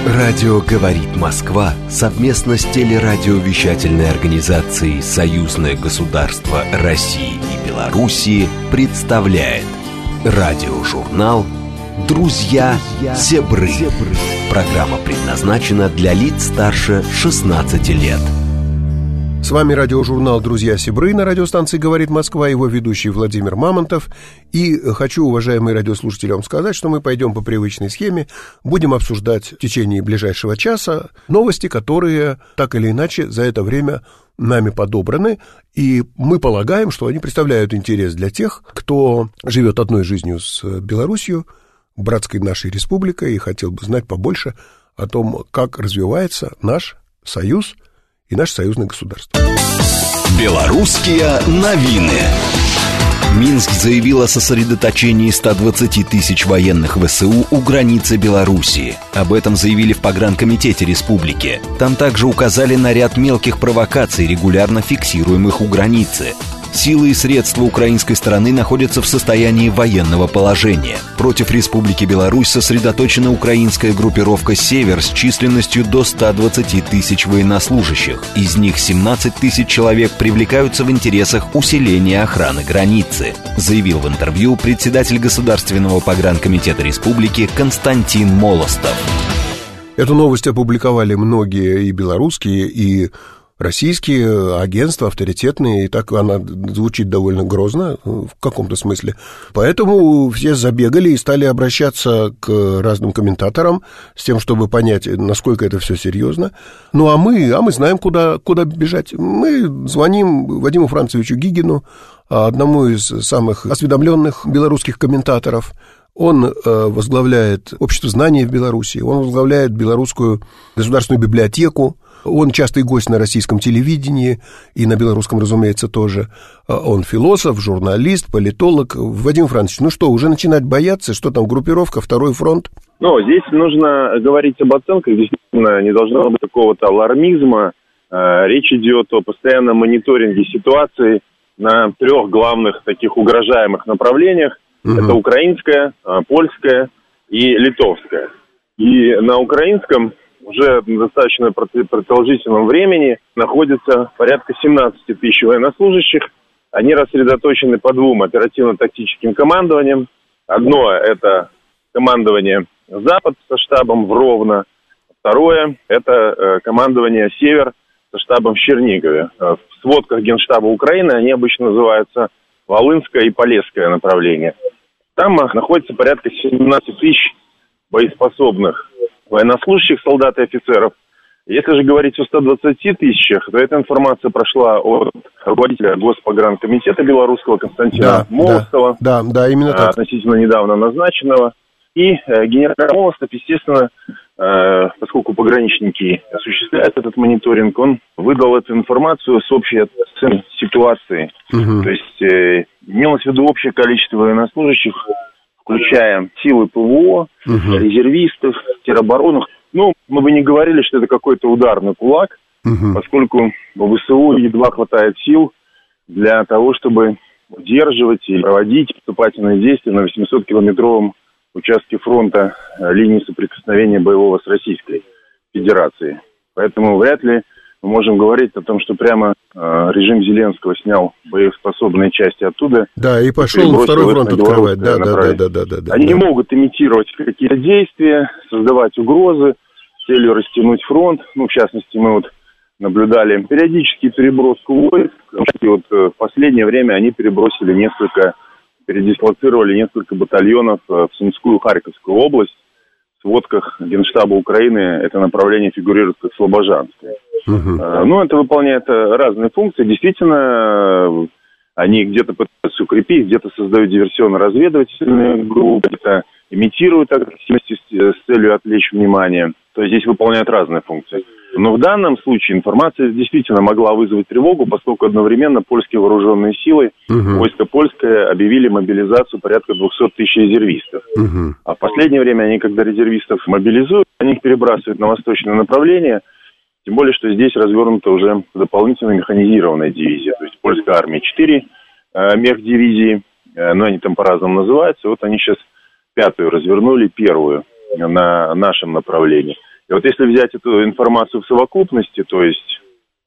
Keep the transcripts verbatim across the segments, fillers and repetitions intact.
Радио «Говорит Москва» совместно с телерадиовещательной организацией «Союзное государство России и Белоруссии» представляет радиожурнал «Друзья Зебры». Программа предназначена для лиц старше шестнадцати лет. С вами радиожурнал «Друзья Зебры» на радиостанции «Говорит Москва», его ведущий Владимир Мамонтов. И хочу, уважаемые радиослушатели, вам сказать, что мы пойдем по привычной схеме, будем обсуждать в течение ближайшего часа новости, которые так или иначе за это время нами подобраны, и мы полагаем, что они представляют интерес для тех, кто живет одной жизнью с Белоруссией, братской нашей республикой, и хотел бы знать побольше о том, как развивается наш союз и наше союзное государство. Белорусские новины. Минск заявил о сосредоточении ста двадцати тысяч военных ВСУ у границы Белоруссии. Об этом заявили в погранкомитете республики. Там также указали на ряд мелких провокаций, регулярно фиксируемых у границы. Силы и средства украинской стороны находятся в состоянии военного положения. Против Республики Беларусь сосредоточена украинская группировка «Север» с численностью до ста двадцати тысяч военнослужащих. Из них семнадцать тысяч человек привлекаются в интересах усиления охраны границы, заявил в интервью председатель Государственного погранкомитета республики Константин Молостов. Эту новость опубликовали многие и белорусские, и российские агентства, авторитетные, и так она звучит довольно грозно в каком-то смысле. Поэтому все забегали и стали обращаться к разным комментаторам с тем, чтобы понять, насколько это все серьезно. Ну, а мы, а мы знаем, куда, куда бежать. Мы звоним Вадиму Францевичу Гигину, одному из самых осведомленных белорусских комментаторов. Он э, возглавляет Общество знаний в Беларуси, он возглавляет Белорусскую государственную библиотеку, он частый гость на российском телевидении и на белорусском, разумеется, тоже. Он философ, журналист, политолог. Вадим Францович, ну что, уже начинать бояться? Что там, группировка, второй фронт? Ну, здесь нужно говорить об оценках. Действительно, не должно быть какого-то алармизма. Речь идет о постоянном мониторинге ситуации на трех главных таких угрожаемых направлениях. Угу. Это украинская, польская и литовская. И на украинском уже достаточно продолжительном времени находится порядка семнадцати тысяч военнослужащих. Они рассредоточены по двум оперативно-тактическим командованиям. Одно – это командование «Запад» со штабом в Ровно. Второе – это командование «Север» со штабом в Чернигове. В сводках Генштаба Украины они обычно называются Волынское и Полесское направление. Там находится порядка семнадцати тысяч боеспособных военнослужащих, солдат и офицеров. Если же говорить о ста двадцати тысячах, то эта информация прошла от руководителя Госпогранкомитета белорусского Константина да, Молостова, да, да, да, именно так. Относительно недавно назначенного. И э, генерал Молостов, естественно, э, поскольку пограничники осуществляют этот мониторинг, он выдал эту информацию с общей оценкой ситуации. Угу. То есть э, имелось в виду общее количество военнослужащих, включая силы ПВО, угу. резервистов, тероборону. Ну, мы бы не говорили, что это какой-то ударный кулак, угу. поскольку у ВСУ едва хватает сил для того, чтобы удерживать и проводить наступательные действия на восьмисоткилометровом участке фронта линии соприкосновения боевого с Российской Федерацией. Поэтому вряд ли мы можем говорить о том, что прямо э, режим Зеленского снял боеспособные части оттуда. Да, и пошел на второй фронт открывать. Да, да, да, да, да, да, да, Они да. не могут имитировать какие-то действия, создавать угрозы с целью растянуть фронт. Ну, в частности, мы вот наблюдали периодически переброску войск. И вот э, в последнее время они перебросили несколько, передислоцировали несколько батальонов э, в Сумскую, Харьковскую область. В сводках Генштаба Украины это направление фигурирует как Слобожанское. Uh-huh. Ну, это выполняет разные функции. Действительно, они где-то пытаются укрепить, где-то создают диверсионно-разведывательные группы, где-то имитируют активности с целью отвлечь внимание. То есть здесь выполняют разные функции. Но в данном случае информация действительно могла вызвать тревогу, поскольку одновременно польские вооруженные силы, uh-huh. войско польское, объявили мобилизацию порядка двухсот тысяч резервистов. Uh-huh. А в последнее время они, когда резервистов мобилизуют, они их перебрасывают на восточное направление, тем более, что здесь развернута уже дополнительная механизированная дивизия. То есть польская армия четыре э, мехдивизии, э, но они там по-разному называются. Вот они сейчас пятую развернули, первую на нашем направлении. И вот если взять эту информацию в совокупности, то есть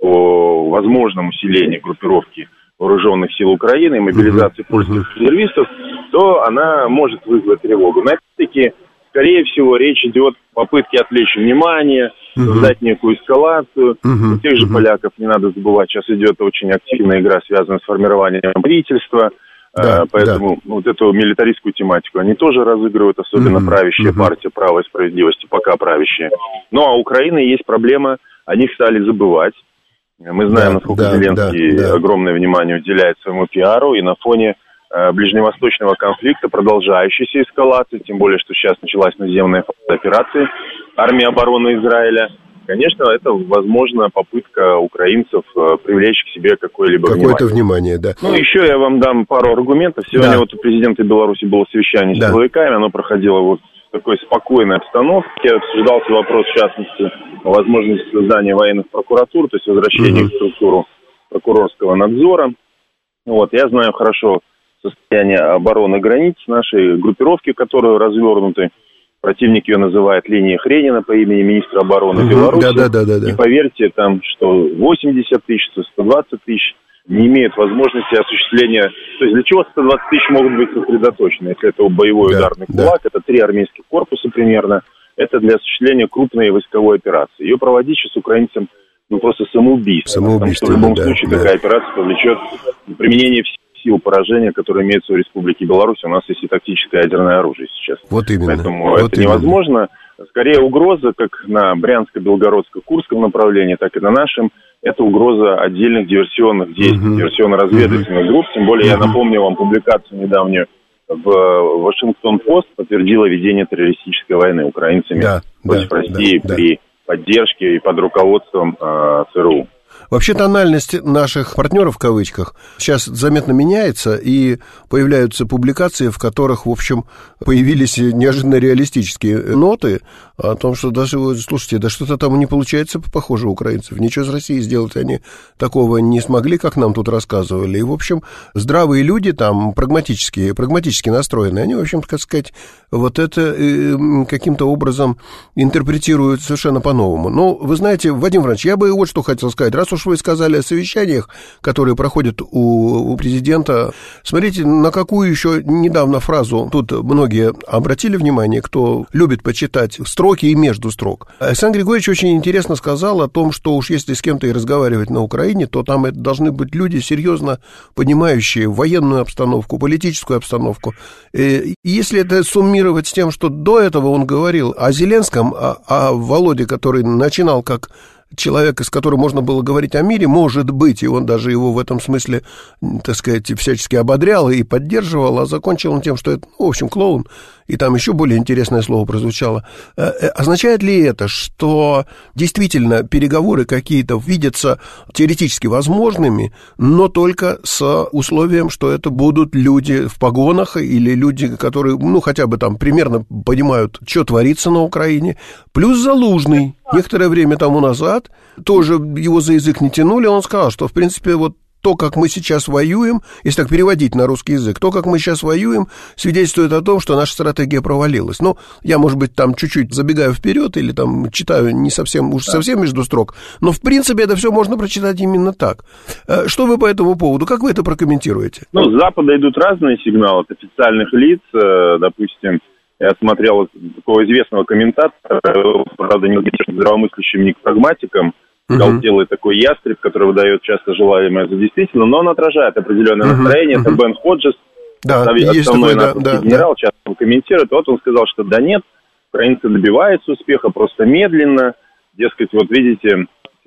о возможном усилении группировки вооруженных сил Украины и мобилизации uh-huh. польских резервистов, то она может вызвать тревогу. Но опять-таки, скорее всего, речь идет о попытке отвлечь внимание, uh-huh. создать некую эскалацию. Uh-huh. У тех же uh-huh. поляков, не надо забывать, сейчас идет очень активная игра, связанная с формированием правительства. Да, Поэтому да. вот эту милитаристскую тематику они тоже разыгрывают, особенно mm-hmm. правящая mm-hmm. партия «Право и справедливости», пока правящая. Ну, а у Украины есть проблема, о них стали забывать. Мы знаем, да, насколько да, Зеленский да, да. огромное внимание уделяет своему пиару, и на фоне э, ближневосточного конфликта, продолжающейся эскалации, тем более, что сейчас началась наземная операция армии обороны Израиля. Конечно, это, возможно, попытка украинцев э, привлечь к себе какое-либо Какое-то внимание. внимание, да. Ну, еще я вам дам пару аргументов. Сегодня да. вот у президента Беларуси было совещание да. с силовиками, оно проходило вот в такой спокойной обстановке. Обсуждался вопрос, в частности, о возможности создания военных прокуратур, то есть возвращения угу. в структуру прокурорского надзора. Вот, я знаю хорошо состояние обороны границ нашей группировки, которые развернуты. Противник ее называет линией Хренина по имени министра обороны угу, Беларуси. Да, да, да, да, да. И поверьте, там, что восемьдесят тысяч, сто двадцать тысяч не имеют возможности осуществления... То есть для чего сто двадцать тысяч могут быть сосредоточены? Если это боевой да, ударный кулак, да. это три армейских корпуса примерно. Это для осуществления крупной войсковой операции. Ее проводить сейчас украинцам ну, просто самоубийство. Самоубийство, потому что в любом да, случае да. такая операция повлечет применение всех сил поражения, которые имеются в Республике Беларусь. У нас есть и тактическое ядерное оружие сейчас. Вот именно. Поэтому вот это именно. невозможно. Скорее угроза как на Брянско-Белгородско-Курском направлении, так и на нашем. Это угроза отдельных диверсионных действий, uh-huh. диверсионно-разведывательных uh-huh. групп. Тем более, uh-huh. я напомню вам публикацию недавнюю в Вашингтон-Пост подтвердила ведение террористической войны украинцами да, против да, России да, при да. поддержке и под руководством э, ЦРУ. Вообще тональность наших партнеров, в кавычках, сейчас заметно меняется, и появляются публикации, в которых, в общем, появились неожиданно реалистические ноты о том, что даже, слушайте, да что-то там не получается, похоже, у украинцев. Ничего с Россией сделать они такого не смогли, как нам тут рассказывали. И, в общем, здравые люди там, прагматические, прагматически настроенные, они, в общем, так сказать, вот это каким-то образом интерпретируют совершенно по-новому. Но, вы знаете, Вадим Иванович, я бы вот что хотел сказать. Раз уж вы сказали о совещаниях, которые проходят у, у президента, смотрите, на какую еще недавно фразу тут многие обратили внимание, кто любит почитать строки и между строк. Александр Григорьевич очень интересно сказал о том, что уж если с кем-то и разговаривать на Украине, то там это должны быть люди, серьезно понимающие военную обстановку, политическую обстановку. И если это суммировать с тем, что до этого он говорил о Зеленском, о, о Володе, который начинал как человек, с которым можно было говорить о мире, может быть, и он даже его в этом смысле, так сказать, всячески ободрял и поддерживал, а закончил он тем, что это, ну, в общем, клоун, и там еще более интересное слово прозвучало. Означает ли это, что действительно переговоры какие-то видятся теоретически возможными, но только с условием, что это будут люди в погонах или люди, которые, ну, хотя бы там примерно понимают, что творится на Украине, плюс Залужный. Некоторое время тому назад тоже его за язык не тянули, он сказал, что, в принципе, вот то, как мы сейчас воюем, если так переводить на русский язык, то, как мы сейчас воюем, свидетельствует о том, что наша стратегия провалилась. Ну, я, может быть, там чуть-чуть забегаю вперед или там читаю не совсем, уж совсем между строк, но, в принципе, это все можно прочитать именно так. Что вы по этому поводу, как вы это прокомментируете? Ну, с Запада идут разные сигналы от официальных лиц, допустим, я смотрел такого известного комментатора, правда, не здравомыслящим, не прагматиком, uh-huh. делает такой ястреб, который выдает часто желаемое за действительно, но он отражает определенное uh-huh. настроение. Uh-huh. Это Бен Ходжес, да, основной такой, наш да, генерал, да. часто он комментирует. Вот он сказал, что да нет, украинцы добиваются успеха, просто медленно. Дескать, вот видите,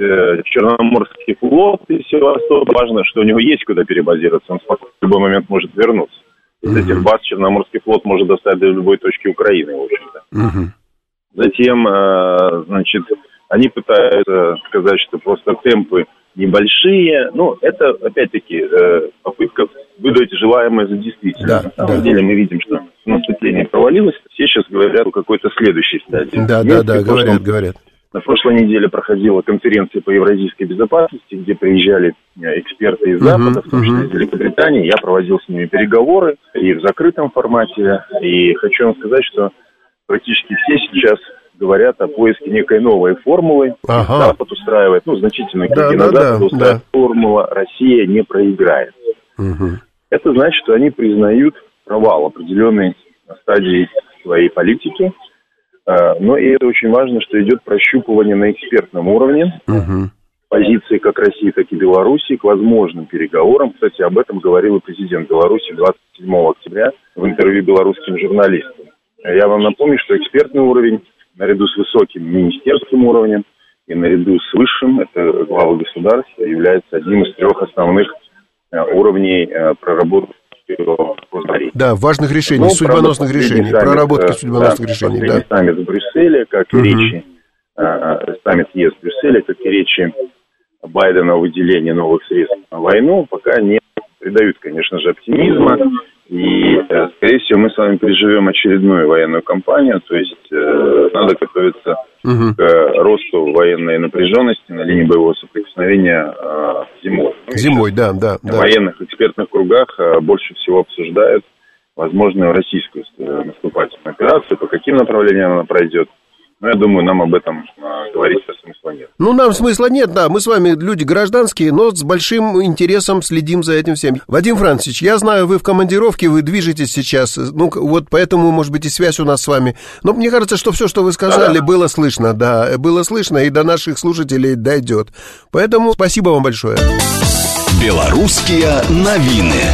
Черноморский флот и Севастополь, важно, что у него есть куда перебазироваться, он спокойно в любой момент может вернуться. Из этих баз Черноморский флот может достать до любой точки Украины, в общем-то. Uh-huh. Затем, значит, они пытаются сказать, что просто темпы небольшие. Ну, это, опять-таки, попытка выдать желаемое за действительное. Да, На самом да. деле мы видим, что наступление провалилось. Все сейчас говорят о какой-то следующей стадии. Да, да, да, говорят, говорят. На прошлой неделе проходила конференция по евразийской безопасности, где приезжали эксперты из Запада, uh-huh, в том числе uh-huh. из Великобритании. Я проводил с ними переговоры и в закрытом формате. И хочу вам сказать, что практически все сейчас говорят о поиске некой новой формулы. Ага. Запад устраивает, ну, значительно да, да, да, назад, да, устраивает да. формула «Россия не проиграет». Угу. Это значит, что они признают провал определенной стадии своей политики. Но и это очень важно, что идет прощупывание на экспертном уровне. Угу. Позиции как России, так и Беларуси к возможным переговорам. Кстати, об этом говорил и президент Беларуси двадцать седьмого октября в интервью белорусским журналистам. Я вам напомню, что экспертный уровень, наряду с высоким министерским уровнем и наряду с высшим, это глава государства, является одним из трех основных уровней проработки. Да, важных решений, ну, судьбоносных решений, саммит, проработки судьбоносных да, решений. Да. Саммит в Брюсселе, как и угу. речи, саммит ЕС в Брюсселе, как и речи Байдена о выделении новых средств на войну, пока не придают, конечно же, оптимизма. И, скорее всего, мы с вами переживем очередную военную кампанию, то есть э, надо готовиться угу. к э, росту военной напряженности на линии боевого соприкосновения э, зимой. Зимой, да, да. В военных экспертных кругах э, больше всего обсуждают возможную российскую э, наступательную операцию, по каким направлениям она пройдет. Но я думаю, нам об этом а, говорить смысла нет. Ну, нам смысла нет, да. Мы с вами люди гражданские, но с большим интересом следим за этим всем. Вадим Францевич, я знаю, вы в командировке, вы движетесь сейчас. Ну, вот поэтому, может быть, и связь у нас с вами. Но мне кажется, что все, что вы сказали, да. было слышно, да. Было слышно и до наших слушателей дойдет. Поэтому спасибо вам большое. Белорусские новины.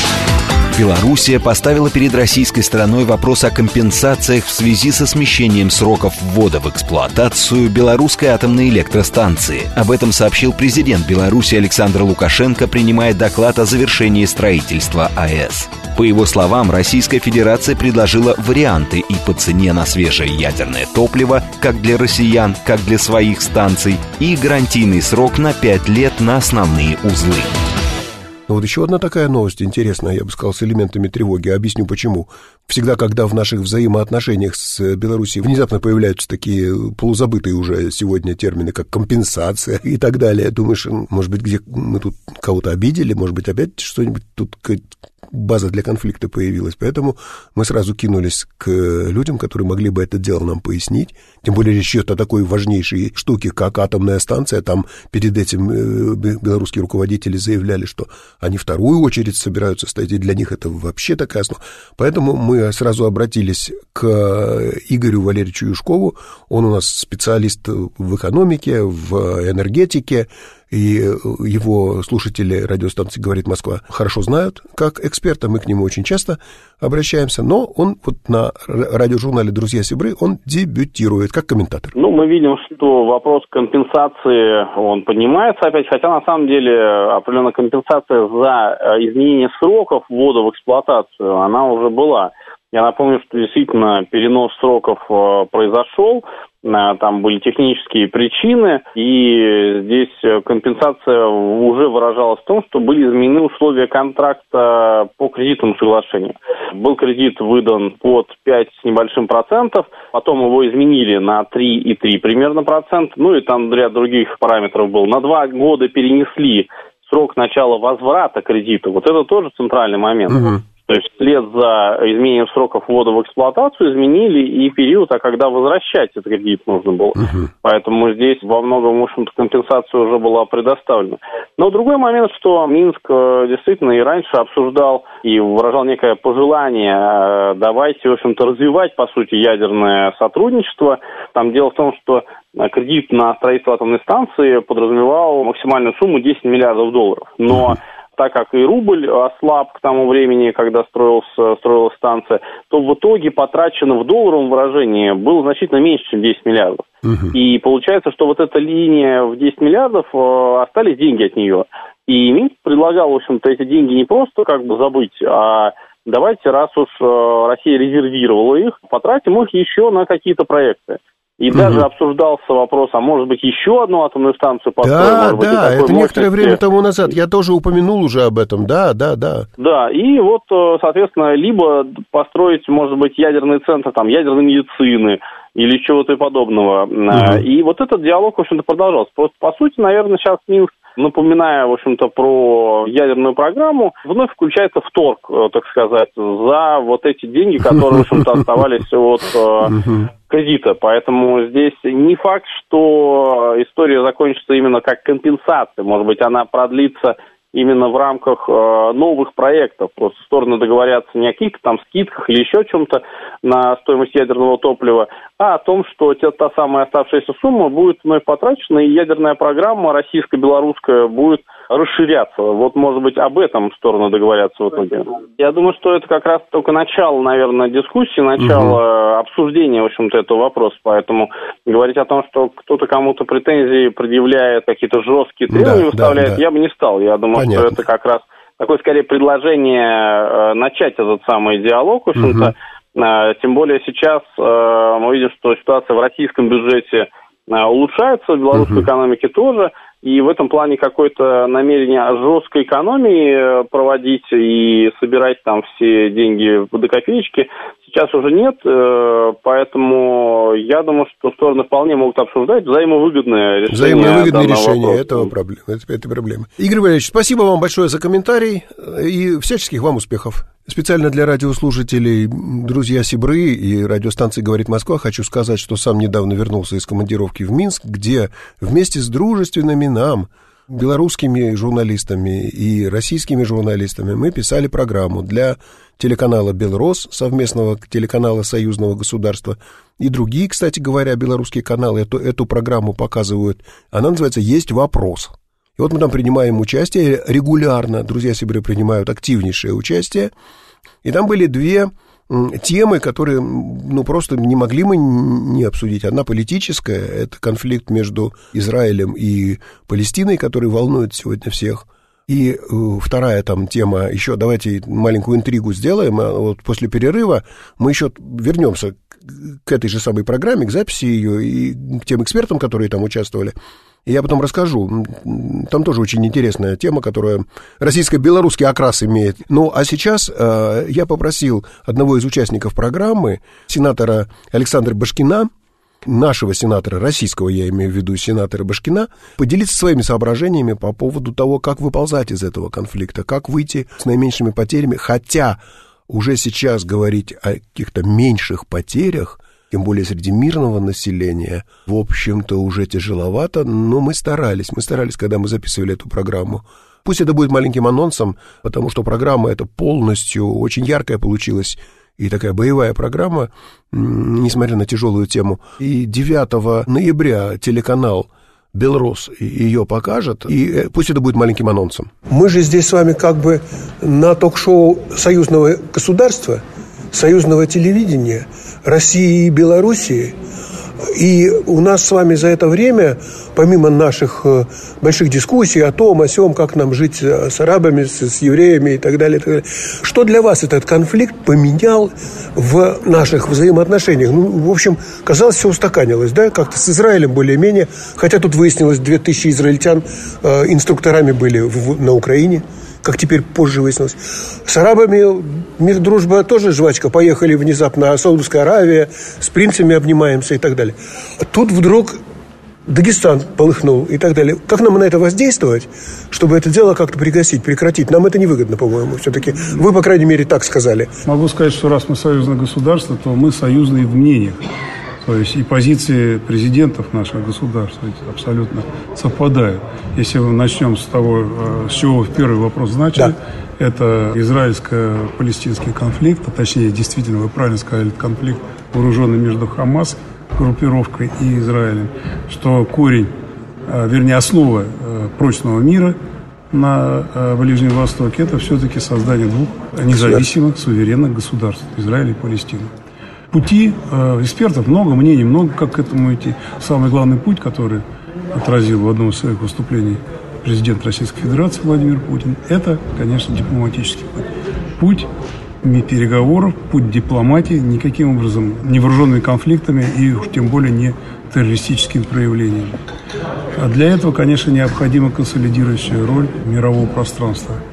Белоруссия поставила перед российской стороной вопрос о компенсациях в связи со смещением сроков ввода в эксплуатацию белорусской атомной электростанции. Об этом сообщил президент Беларуси Александр Лукашенко, принимая доклад о завершении строительства АЭС. По его словам, Российская Федерация предложила варианты и по цене на свежее ядерное топливо, как для россиян, как для своих станций, и гарантийный срок на пять лет на основные узлы. Ну вот еще одна такая новость интересная, я бы сказал, с элементами тревоги. Объясню почему. Всегда, когда в наших взаимоотношениях с Белоруссией внезапно появляются такие полузабытые уже сегодня термины, как компенсация и так далее, думаешь, может быть, где мы тут кого-то обидели, может быть, опять что-нибудь тут база для конфликта появилась. Поэтому мы сразу кинулись к людям, которые могли бы это дело нам пояснить. Тем более речь идет о такой важнейшей штуке, как атомная станция. Там перед этим белорусские руководители заявляли, что они вторую очередь собираются стоять, и для них это вообще такая основа. Поэтому мы сразу обратились к Игорю Валерьевичу Юшкову. Он у нас специалист в экономике, в энергетике, и его слушатели радиостанции «Говорит Москва» хорошо знают как эксперта, мы к нему очень часто обращаемся, но он вот на радиожурнале «Друзья Сибры» он дебютирует как комментатор. Ну, мы видим, что вопрос компенсации, он поднимается опять, хотя на самом деле определенная компенсация за изменение сроков ввода в эксплуатацию, она уже была. Я напомню, что действительно перенос сроков произошел, там были технические причины, и здесь компенсация уже выражалась в том, что были изменены условия контракта по кредитному соглашению. Был кредит выдан под пять с небольшим процентов, потом его изменили на три и три примерно процента, ну и там ряд других параметров был. На два года перенесли срок начала возврата кредита. Вот это тоже центральный момент. Угу. То есть вслед за изменением сроков ввода в эксплуатацию изменили и период, а когда возвращать этот кредит нужно было. Uh-huh. Поэтому здесь во многом, в общем-то, компенсация уже была предоставлена. Но другой момент, что Минск действительно и раньше обсуждал и выражал некое пожелание, давайте, в общем-то, развивать, по сути, ядерное сотрудничество. Там дело в том, что кредит на строительство атомной станции подразумевал максимальную сумму десять миллиардов долларов. Но uh-huh. так как и рубль ослаб к тому времени, когда строилась, строилась станция, то в итоге потрачено в долларовом выражении было значительно меньше, чем десять миллиардов. Uh-huh. И получается, что вот эта линия в десять миллиардов, остались деньги от нее. И Минск предлагал, в общем-то, эти деньги не просто как бы забыть, а давайте, раз уж Россия резервировала их, потратим их еще на какие-то проекты. И угу. даже обсуждался вопрос, а может быть еще одну атомную станцию построить? Да, может да, быть, это некоторое время тому назад, я тоже упомянул уже об этом, да, да, да. Да, и вот, соответственно, либо построить, может быть, ядерный центр, там, ядерной медицины или чего-то подобного. Угу. И вот этот диалог, в общем-то, продолжался. Просто, по сути, наверное, сейчас Минск напоминая, в общем-то, про ядерную программу, вновь включается в торг, так сказать, за вот эти деньги, которые, в общем-то, оставались от кредита. Поэтому здесь не факт, что история закончится именно как компенсация. Может быть, она продлится именно в рамках э, новых проектов. Просто стороны договорятся не о каких-то там скидках или еще чем-то на стоимость ядерного топлива, а о том, что те, та самая оставшаяся сумма будет вновь потрачена, и ядерная программа российско-белорусская будет расширяться. Вот, может быть, об этом стороны договорятся в итоге. Я думаю, что это как раз только начало, наверное, дискуссии, начало угу. обсуждения, в общем-то, этого вопроса. Поэтому говорить о том, что кто-то кому-то претензии предъявляет, какие-то жесткие требования да, выставляет, да, да. я бы не стал. Я думаю, Понятно. что это как раз такое, скорее, предложение э, начать этот самый диалог, в общем-то. Угу. Э, тем более сейчас э, мы видим, что ситуация в российском бюджете э, улучшается, в белорусской угу. экономике тоже. И в этом плане какое-то намерение жесткой экономии проводить и собирать там все деньги до копеечки сейчас уже нет, поэтому я думаю, что стороны вполне могут обсуждать взаимовыгодное решение. Взаимовыгодное решение этого проблемы, этой проблемы. Игорь Валерьевич, спасибо вам большое за комментарий и всяческих вам успехов. Специально для радиослушателей, друзья Сибры и радиостанции «Говорит Москва» хочу сказать, что сам недавно вернулся из командировки в Минск, где вместе с дружественными нам, белорусскими журналистами и российскими журналистами мы писали программу для телеканала «Белрос», совместного телеканала союзного государства, и другие, кстати говоря, белорусские каналы эту, эту программу показывают. Она называется «Есть вопрос». И вот мы там принимаем участие регулярно, друзья Сибиры принимают активнейшее участие, и там были две темы, которые, ну, просто не могли мы не обсудить. Одна политическая, это конфликт между Израилем и Палестиной, который волнует сегодня всех. И э, вторая там тема, еще давайте маленькую интригу сделаем, а вот после перерыва мы еще вернемся к этой же самой программе, к записи ее и к тем экспертам, которые там участвовали. И я потом расскажу. Там тоже очень интересная тема, которая российско-белорусский окрас имеет. Ну, а сейчас э, я попросил одного из участников программы, сенатора Александра Башкина, нашего сенатора, российского, я имею в виду, сенатора Башкина, поделиться своими соображениями по поводу того, как выползать из этого конфликта, как выйти с наименьшими потерями, хотя уже сейчас говорить о каких-то меньших потерях, тем более среди мирного населения, в общем-то, уже тяжеловато, но мы старались, мы старались, когда мы записывали эту программу. Пусть это будет маленьким анонсом, потому что программа эта полностью очень яркая получилась, и такая боевая программа, несмотря на тяжелую тему. И девятого ноября телеканал «Белрос» ее покажет, и пусть это будет маленьким анонсом. Мы же здесь с вами как бы на ток-шоу союзного государства, союзного телевидения, России и Белоруссии. И у нас с вами за это время, помимо наших больших дискуссий о том, о сём, как нам жить с арабами, с, с евреями и так далее, и так далее, что для вас этот конфликт поменял в наших взаимоотношениях? Ну, в общем, казалось, все устаканилось, да, как-то с Израилем более-менее, хотя тут выяснилось, две тысячи израильтян э, инструкторами были в, на Украине, как теперь позже выяснилось. С арабами мир, дружба тоже жвачка. Поехали внезапно Саудовская Аравия, с принцами обнимаемся и так далее. Тут вдруг Дагестан полыхнул и так далее. Как нам на это воздействовать, чтобы это дело как-то пригасить, прекратить? Нам это невыгодно, по-моему, все-таки. Вы, по крайней мере, так сказали. Могу сказать, что раз мы союзное государство, то мы союзные в мнениях. То есть и позиции президентов наших государств абсолютно совпадают. Если мы начнем с того, с чего первый вопрос начали, да. Это израильско-палестинский конфликт, а точнее, действительно, вы правильно сказали, конфликт вооруженный между Хамас, группировкой, и Израилем, что корень, вернее, основа прочного мира на Ближнем Востоке — это все-таки создание двух независимых, суверенных государств, Израиля и Палестины. Пути э, экспертов много, мнений много, как к этому идти. Самый главный путь, который отразил в одном из своих выступлений президент Российской Федерации Владимир Путин, это, конечно, дипломатический путь. Путь переговоров, путь дипломатии, никаким образом не вооруженными конфликтами и уж тем более не террористическими проявлениями. А для этого, конечно, необходима консолидирующая роль мирового пространства.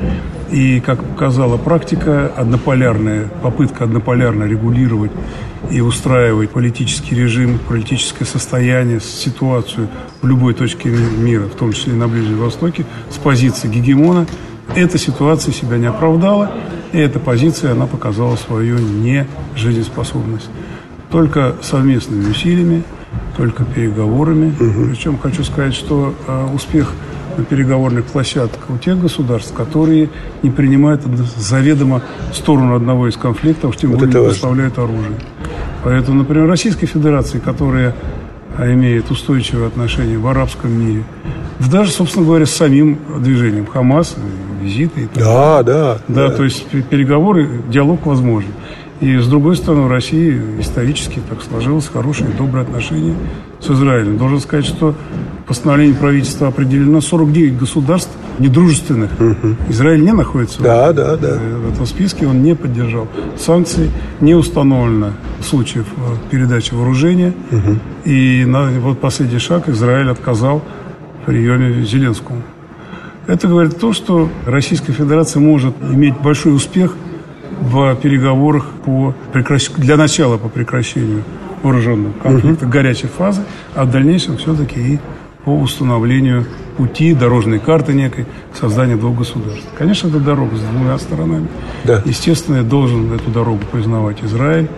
И, как показала практика, однополярная, попытка однополярно регулировать и устраивать политический режим, политическое состояние, ситуацию в любой точке мира, в том числе и на Ближнем Востоке, с позиции гегемона, эта ситуация себя не оправдала, и эта позиция, она показала свою нежизнеспособность. Только совместными усилиями, только переговорами. Угу. Причем хочу сказать, что э, успех на переговорных площадках у тех государств, которые не принимают заведомо сторону одного из конфликтов, уж тем более не поставляют оружие. Поэтому, например, Российской Федерации, которая имеет устойчивые отношения в арабском мире, да даже, собственно говоря, с самим движением Хамас, визиты и так да, далее. Да, да. Да, то есть переговоры, диалог возможен. И, с другой стороны, в России исторически так сложилось хорошие, добрые отношения с Израилем. Должен сказать, что постановлением правительства определено сорок девять государств недружественных. Угу. Израиль не находится да, в, да, да. в этом списке, он не поддержал санкции, не установлено случаев передачи вооружения. Угу. И на, вот последний шаг, Израиль отказал в приеме Зеленскому. Это говорит то, что Российская Федерация может иметь большой успех в переговорах по прекращ... для начала по прекращению вооруженного конфликта, uh-huh. горячей фазы, а в дальнейшем все-таки и по установлению пути, дорожной карты некой к созданию двух государств. Конечно, это дорога с двумя сторонами. Да. Естественно, должен эту дорогу признавать Израиль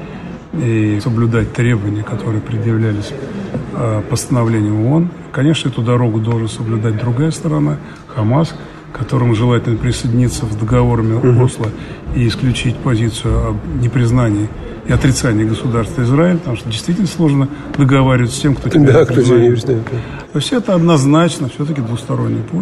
и соблюдать требования, которые предъявлялись э, постановлением ООН. Конечно, эту дорогу должен соблюдать другая сторона, Хамас, которому желательно присоединиться с договорами uh-huh. Осло и исключить позицию об непризнании и отрицании государства Израиль, потому что действительно сложно договариваться с тем, кто тебя да, не признает. Кто То есть это однозначно все-таки двусторонний путь.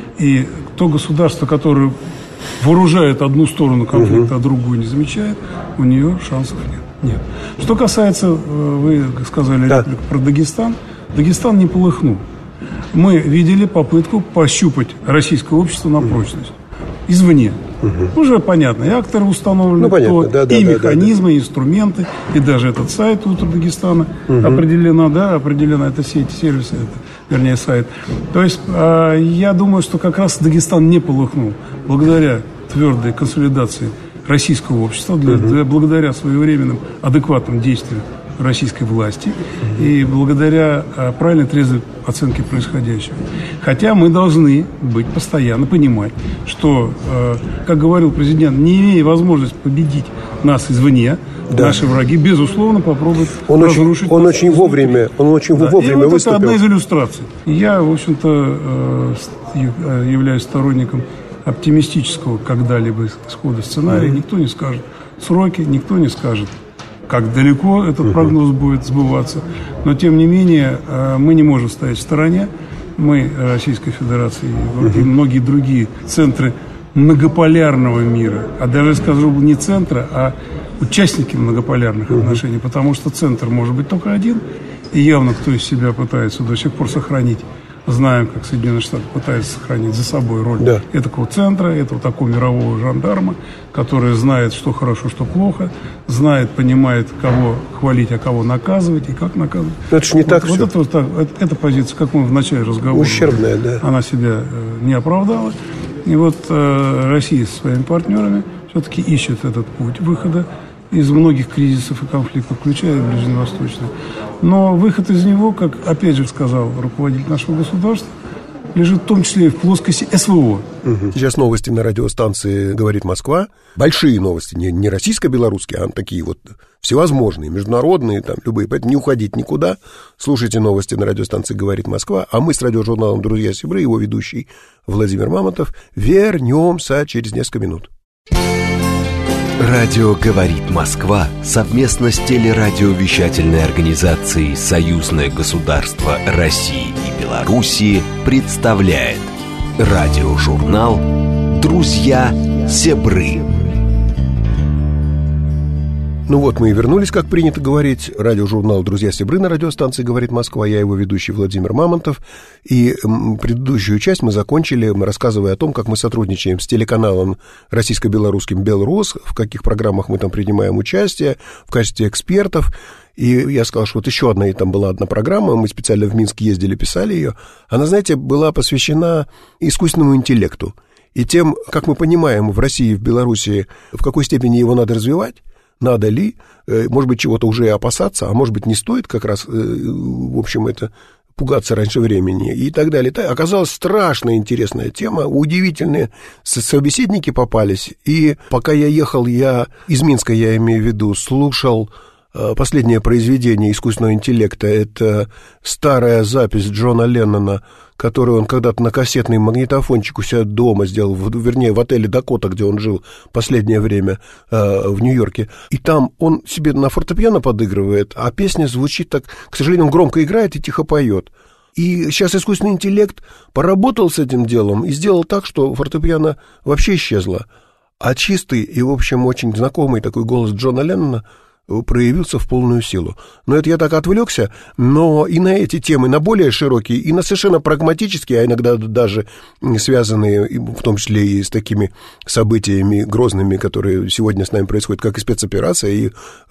И то государство, которое вооружает одну сторону конфликта, uh-huh. а другую не замечает, у нее шансов нет. нет. Что касается, вы сказали да. реплику про Дагестан, Дагестан не полыхнул. Мы видели попытку пощупать российское общество на прочность. Извне. Угу. Уже понятно, и акторы установлены, ну, понятно, кто, да, да, и да, механизмы, да, да. и инструменты, и даже этот сайт «Утро Дагестана» угу. определена, да, определена эта сеть, сервис, это, вернее, сайт. То есть, э, я думаю, что как раз Дагестан не полыхнул благодаря твердой консолидации российского общества, для, угу. для, благодаря своевременным адекватным действиям российской власти и благодаря а, правильной трезвой оценке происходящего. Хотя мы должны быть постоянно понимать, что, а, как говорил президент, не имея возможности победить нас извне, да. наши враги, безусловно, попробуют он разрушить. Очень, он очень вовремя, он очень да. вовремя и вот выступил. Это одна из иллюстраций. Я, в общем-то, являюсь сторонником оптимистического когда-либо исхода сценария. Mm-hmm. Никто не скажет сроки, никто не скажет, как далеко этот прогноз будет сбываться. Но, тем не менее, мы не можем стоять в стороне. Мы, Российская Федерация и многие другие центры многополярного мира, а даже, скажу, не центра, а участники многополярных отношений, потому что центр может быть только один, и явно кто из себя пытается до сих пор сохранить. Знаем, как Соединенные Штаты пытаются сохранить за собой роль да. этого центра, этого такого мирового жандарма, который знает, что хорошо, что плохо, знает, понимает, кого хвалить, а кого наказывать и как наказывать. Но это же не вот, так вот все. Это, вот, это, эта позиция, как мы в начале разговора, ущербная, да. она себя э, не оправдала. И вот э, Россия со своими партнерами все-таки ищет этот путь выхода из многих кризисов и конфликтов, включая ближневосточный. Но выход из него, как опять же сказал руководитель нашего государства, лежит в том числе и в плоскости СВО. Угу. Сейчас новости на радиостанции «Говорит Москва». Большие новости, не, не российско-белорусские, а такие вот всевозможные, международные, там, любые. Поэтому не уходить никуда. Слушайте новости на радиостанции «Говорит Москва». А мы с радиожурналом «Друзья Сибры», его ведущий Владимир Мамонтов, вернемся через несколько минут. Радио «Говорит Москва» совместно с телерадиовещательной организацией «Союзное государство России и Белоруссии» представляет радиожурнал «Друзья Сибры». Ну вот мы и вернулись, как принято говорить. Радиожурнал «Друзья Сибры» на радиостанции «Говорит Москва». Я его ведущий Владимир Мамонтов. И предыдущую часть мы закончили, рассказывая о том, как мы сотрудничаем с телеканалом российско-белорусским «Белрос», в каких программах мы там принимаем участие в качестве экспертов. И я сказал, что вот еще одна, и там была одна программа, мы специально в Минск ездили, писали ее. Она, знаете, была посвящена искусственному интеллекту. и тем, как мы понимаем в России и в Белоруссии, в какой степени его надо развивать, надо ли, может быть, чего-то уже опасаться, а может быть, не стоит как раз, в общем, это пугаться раньше времени и так далее. Оказалась страшно интересная тема, удивительные собеседники попались, и пока я ехал, я из Минска, я имею в виду, слушал последнее произведение искусственного интеллекта, это старая запись Джона Леннона, которую он когда-то на кассетный магнитофончик у себя дома сделал, вернее, в отеле «Дакота», где он жил последнее время э, в Нью-Йорке. И там он себе на фортепиано подыгрывает, а песня звучит так, к сожалению, он громко играет и тихо поет. И сейчас искусственный интеллект поработал с этим делом и сделал так, что фортепиано вообще исчезло. А чистый и, в общем, очень знакомый такой голос Джона Леннона проявился в полную силу. Но это я так отвлекся, но и на эти темы, на более широкие, и на совершенно прагматические, а иногда даже связанные, в том числе и с такими событиями грозными, которые сегодня с нами происходят, как и спецоперация, и,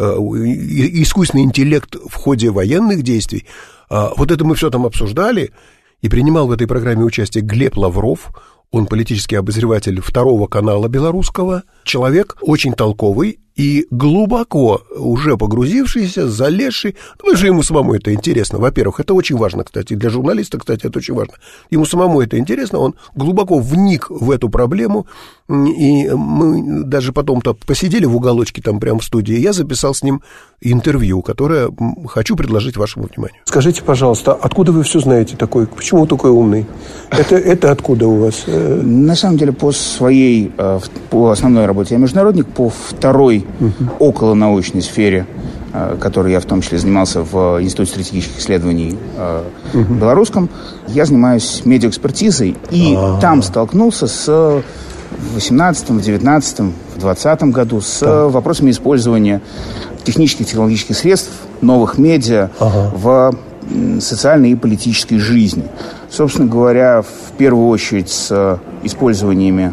и искусственный интеллект в ходе военных действий. Вот это мы все там обсуждали, и принимал в этой программе участие Глеб Лавров. Он политический обозреватель второго канала белорусского, человек очень толковый и глубоко уже погрузившийся, залезший. Ну, же ему самому это интересно. Во-первых, это очень важно, кстати, для журналиста, кстати, это очень важно. Ему самому это интересно, он глубоко вник в эту проблему, и мы даже потом-то посидели в уголочке там прямо в студии, я записал с ним интервью, которое хочу предложить вашему вниманию. Скажите, пожалуйста, откуда вы все знаете такой, почему вы такой умный? Это, это откуда у вас? На самом деле, по своей, по основной работе я международник, по второй uh-huh. околонаучной сфере, которой я в том числе занимался в Институте стратегических исследований uh-huh. белорусском, я занимаюсь медиаэкспертизой, и uh-huh. там столкнулся с в восемнадцатом, в девятнадцатом, в двадцатом году с uh-huh. вопросами использования технических, технологических средств, новых медиа uh-huh. в социальной и политической жизни. Собственно говоря, в первую очередь с использованиями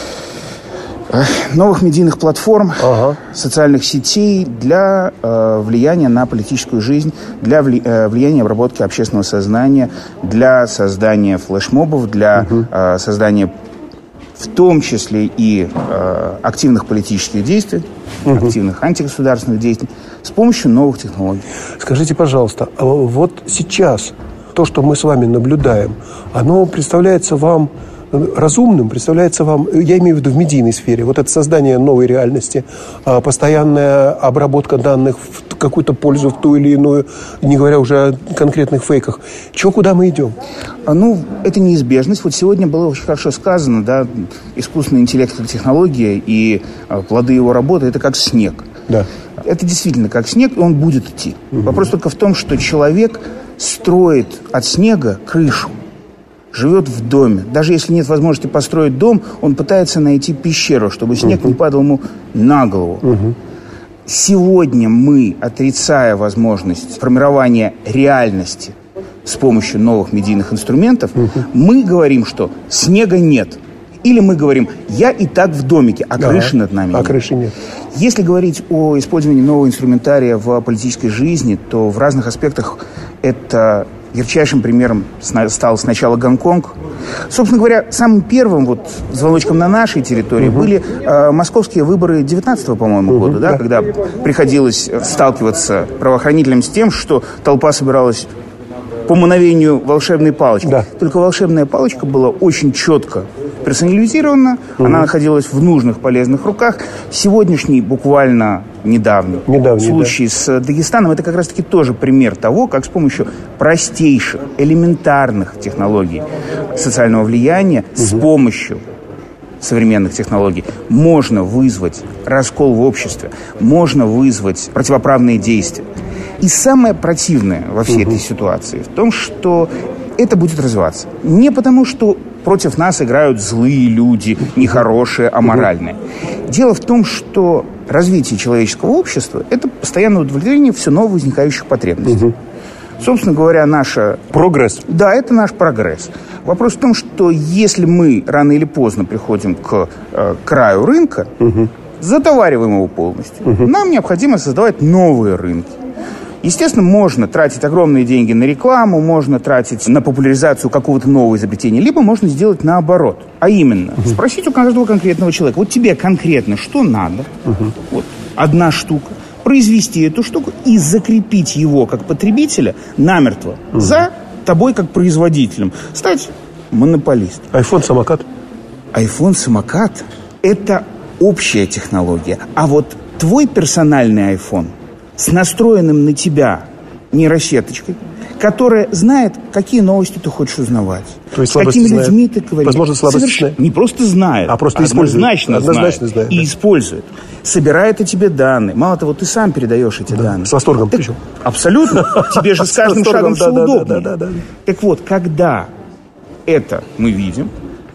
новых медийных платформ, ага. социальных сетей для э, влияния на политическую жизнь, для вли, э, влияния обработки общественного сознания, для создания флешмобов, для угу. э, создания в том числе и э, активных политических действий, угу. активных антигосударственных действий с помощью новых технологий. Скажите, пожалуйста, вот сейчас то, что мы с вами наблюдаем, оно представляется вам разумным, представляется вам, я имею в виду в медийной сфере, вот это создание новой реальности, постоянная обработка данных в какую-то пользу, в ту или иную, не говоря уже о конкретных фейках. Чего, куда мы идем? Ну, это неизбежность. Вот сегодня было очень хорошо сказано, да, искусственный интеллект как технология и плоды его работы – это как снег. Да. Это действительно как снег, и он будет идти. Угу. Вопрос только в том, что человек строит от снега крышу, живет в доме. Даже если нет возможности построить дом, он пытается найти пещеру, чтобы снег uh-huh. не падал ему на голову. Uh-huh. Сегодня мы, отрицая возможность формирования реальности с помощью новых медийных инструментов, uh-huh. мы говорим, что снега нет. Или мы говорим, я и так в домике, а крыши uh-huh. над нами нет. А крыши нет. Если говорить о использовании нового инструментария в политической жизни, то в разных аспектах это... Ярчайшим примером стал сначала Гонконг. Собственно говоря, самым первым вот звоночком на нашей территории угу. были э, московские выборы девятнадцатого, по-моему, угу, года, да, да. когда приходилось сталкиваться правоохранителям с тем, что толпа собиралась по мановению волшебной палочки. Да. Только волшебная палочка была очень четко персонализирована, угу. она находилась в нужных, полезных руках. Сегодняшний, буквально недавний, недавний случай да. с Дагестаном, это как раз-таки тоже пример того, как с помощью простейших, элементарных технологий социального влияния, угу. с помощью современных технологий можно вызвать раскол в обществе, можно вызвать противоправные действия. И самое противное во всей угу. этой ситуации в том, что это будет развиваться. Не потому, что против нас играют злые люди, нехорошие, аморальные. Дело в том, что развитие человеческого общества – это постоянное удовлетворение все новых возникающих потребностей. Угу. Собственно говоря, наша... Прогресс. Да, это наш прогресс. Вопрос в том, что если мы рано или поздно приходим к э, краю рынка, угу. затовариваем его полностью, угу. нам необходимо создавать новые рынки. Естественно, можно тратить огромные деньги на рекламу, можно тратить на популяризацию какого-то нового изобретения, либо можно сделать наоборот. А именно, угу. спросить у каждого конкретного человека, вот тебе конкретно что надо, угу. вот одна штука, произвести эту штуку и закрепить его как потребителя намертво угу. за тобой как производителем. Стать монополистом. Айфон-самокат? Айфон-самокат – это общая технология. А вот твой персональный айфон с настроенным на тебя нейросеточкой, которая знает, какие новости ты хочешь узнавать. То есть с какими знает. людьми ты говоришь. Возможно, слабости Соверш... знает. Не просто знает, а просто однозначно, однозначно знает. знает И да. использует. Собирает о тебе данные. Мало того, ты сам передаешь эти да. данные. С восторгом. Так, абсолютно. Тебе же с каждым шагом все удобнее. Так вот, когда это мы видим,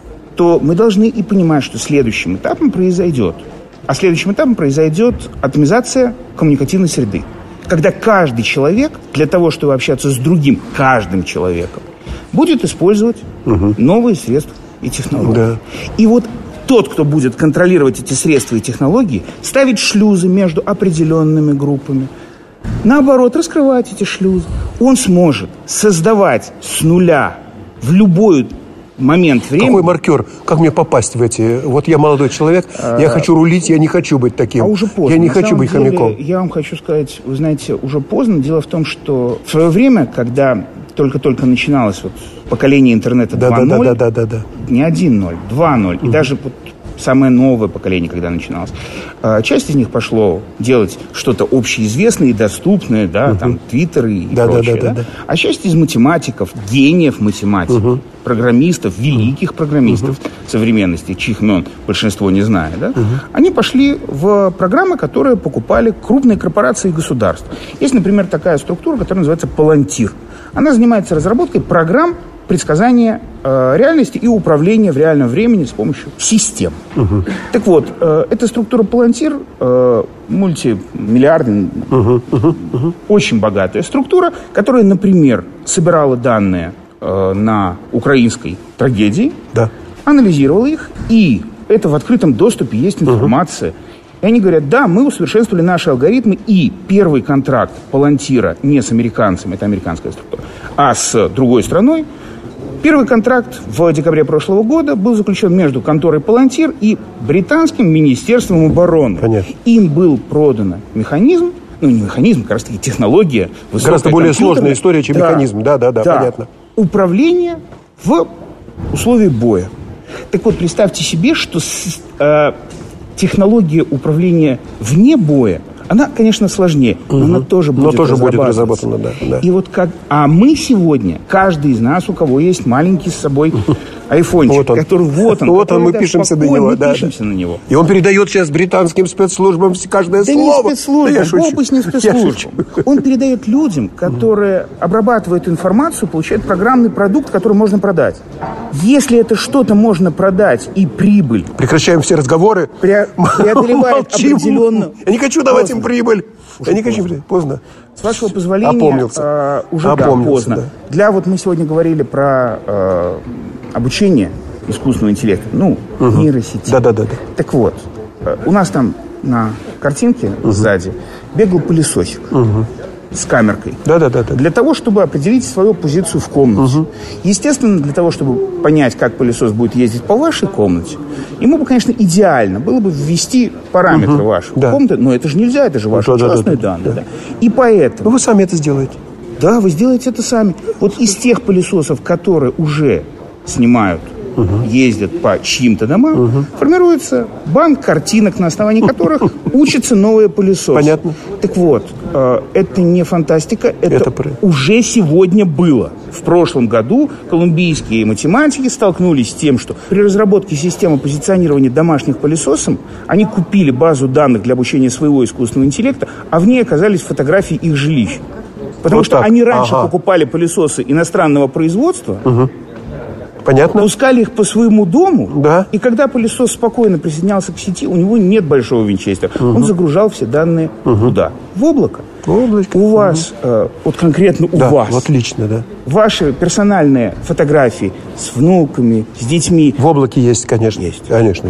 то мы должны и понимать, что следующим этапом произойдет. А следующим этапом произойдет атомизация коммуникативной среды. Когда каждый человек, для того, чтобы общаться с другим, каждым человеком, будет использовать угу. новые средства и технологии. Да. И вот тот, кто будет контролировать эти средства и технологии, ставить шлюзы между определенными группами, наоборот, раскрывать эти шлюзы, он сможет создавать с нуля в любой момент времени. Какой маркер? Как мне попасть в эти... Вот я молодой человек, а... я хочу рулить, я не хочу быть таким. А уже поздно. Я не На хочу быть деле, хомяком. Я вам хочу сказать, вы знаете, уже поздно. Дело в том, что в свое время, когда только-только начиналось вот поколение интернета да, два ноль, да, да, да, да, да. не один ноль, два ноль, угу. и даже вот самое новое поколение, когда начиналось, часть из них пошло делать что-то общеизвестное и доступное, да, угу. там, твиттеры и да, прочее, да, да, да? Да, да. А часть из математиков, гениев математиков, угу. программистов, великих программистов угу. современности, чьих имен большинство не знает, да, угу. они пошли в программы, которые покупали крупные корпорации и государства. Есть, например, такая структура, которая называется Palantir. Она занимается разработкой программ предсказания э, реальности и управления в реальном времени с помощью систем. Угу. Так вот, э, эта структура Palantir, э, мультимиллиардная, угу, угу, угу. очень богатая структура, которая, например, собирала данные э, на украинской трагедии, да. анализировала их, и это в открытом доступе есть информация. Угу. И они говорят, да, мы усовершенствовали наши алгоритмы, и первый контракт Palantir не с американцами, это американская структура, а с другой страной. Первый контракт в декабре прошлого года был заключен между конторой Palantir и британским министерством обороны. Понятно. Им был продан механизм, ну не механизм, как раз таки технология. Гораздо более сложная история, чем да, механизм. Да, да, да, да, понятно. Управление в условиях боя. Так вот, представьте себе, что с, э, технология управления вне боя, она, конечно, сложнее, но угу. она тоже будет, но тоже будет разработана. Да, да. И вот как... А мы сегодня, каждый из нас, у кого есть маленький с собой айфончик, вот он. который вот он. Вот он, мы пишемся на него. Мы да, пишемся да. на него. И он передает сейчас британским спецслужбам каждое да слово. Не спецслужбам, да Бог бы с ним спецслужбам. Он передает людям, которые обрабатывают информацию, получают программный продукт, который можно продать. Если это что-то можно продать и прибыль... Прекращаем все разговоры. Пре- преодолевает определенную... Я не хочу давать поздно. им прибыль. Уже Я не поздно. хочу... Поздно. С вашего позволения, э, уже да, поздно. Да. Для вот мы сегодня говорили про э, обучение искусственного интеллекта, ну, угу. нейросети. Да, да, да, да. Так вот, э, у нас там на картинке угу. сзади бегал пылесосик угу. с камеркой. Да, да, да, да. Для того, чтобы определить свою позицию в комнате. Угу. Естественно, для того, чтобы понять, как пылесос будет ездить по вашей комнате, ему бы, конечно, идеально было бы ввести параметры угу. вашей да. комнаты, но это же нельзя, это же ваши да, частные да, да, данные. Да. Да. И поэтому... Но вы сами это сделаете. Да, вы сделаете это сами. Вот из тех пылесосов, которые уже снимают, угу. ездят по чьим-то домам, угу. формируется банк картинок, на основании которых учатся новые пылесосы. Понятно. Так вот, э, это не фантастика, это, это уже сегодня было. В прошлом году колумбийские математики столкнулись с тем, что при разработке системы позиционирования домашних пылесосов они купили базу данных для обучения своего искусственного интеллекта, а в ней оказались фотографии их жилищ. Потому вот что так. они раньше ага. покупали пылесосы иностранного производства, угу. Понятно. Пускали их по своему дому, да. и когда пылесос спокойно присоединялся к сети, у него нет большого винчестера. Угу. Он загружал все данные угу. куда? В облако. Облачко. У вас, угу. э, вот конкретно у да, вас, вот лично, да. ваши персональные фотографии с внуками, с детьми. В облаке есть, конечно. Есть. Конечно есть.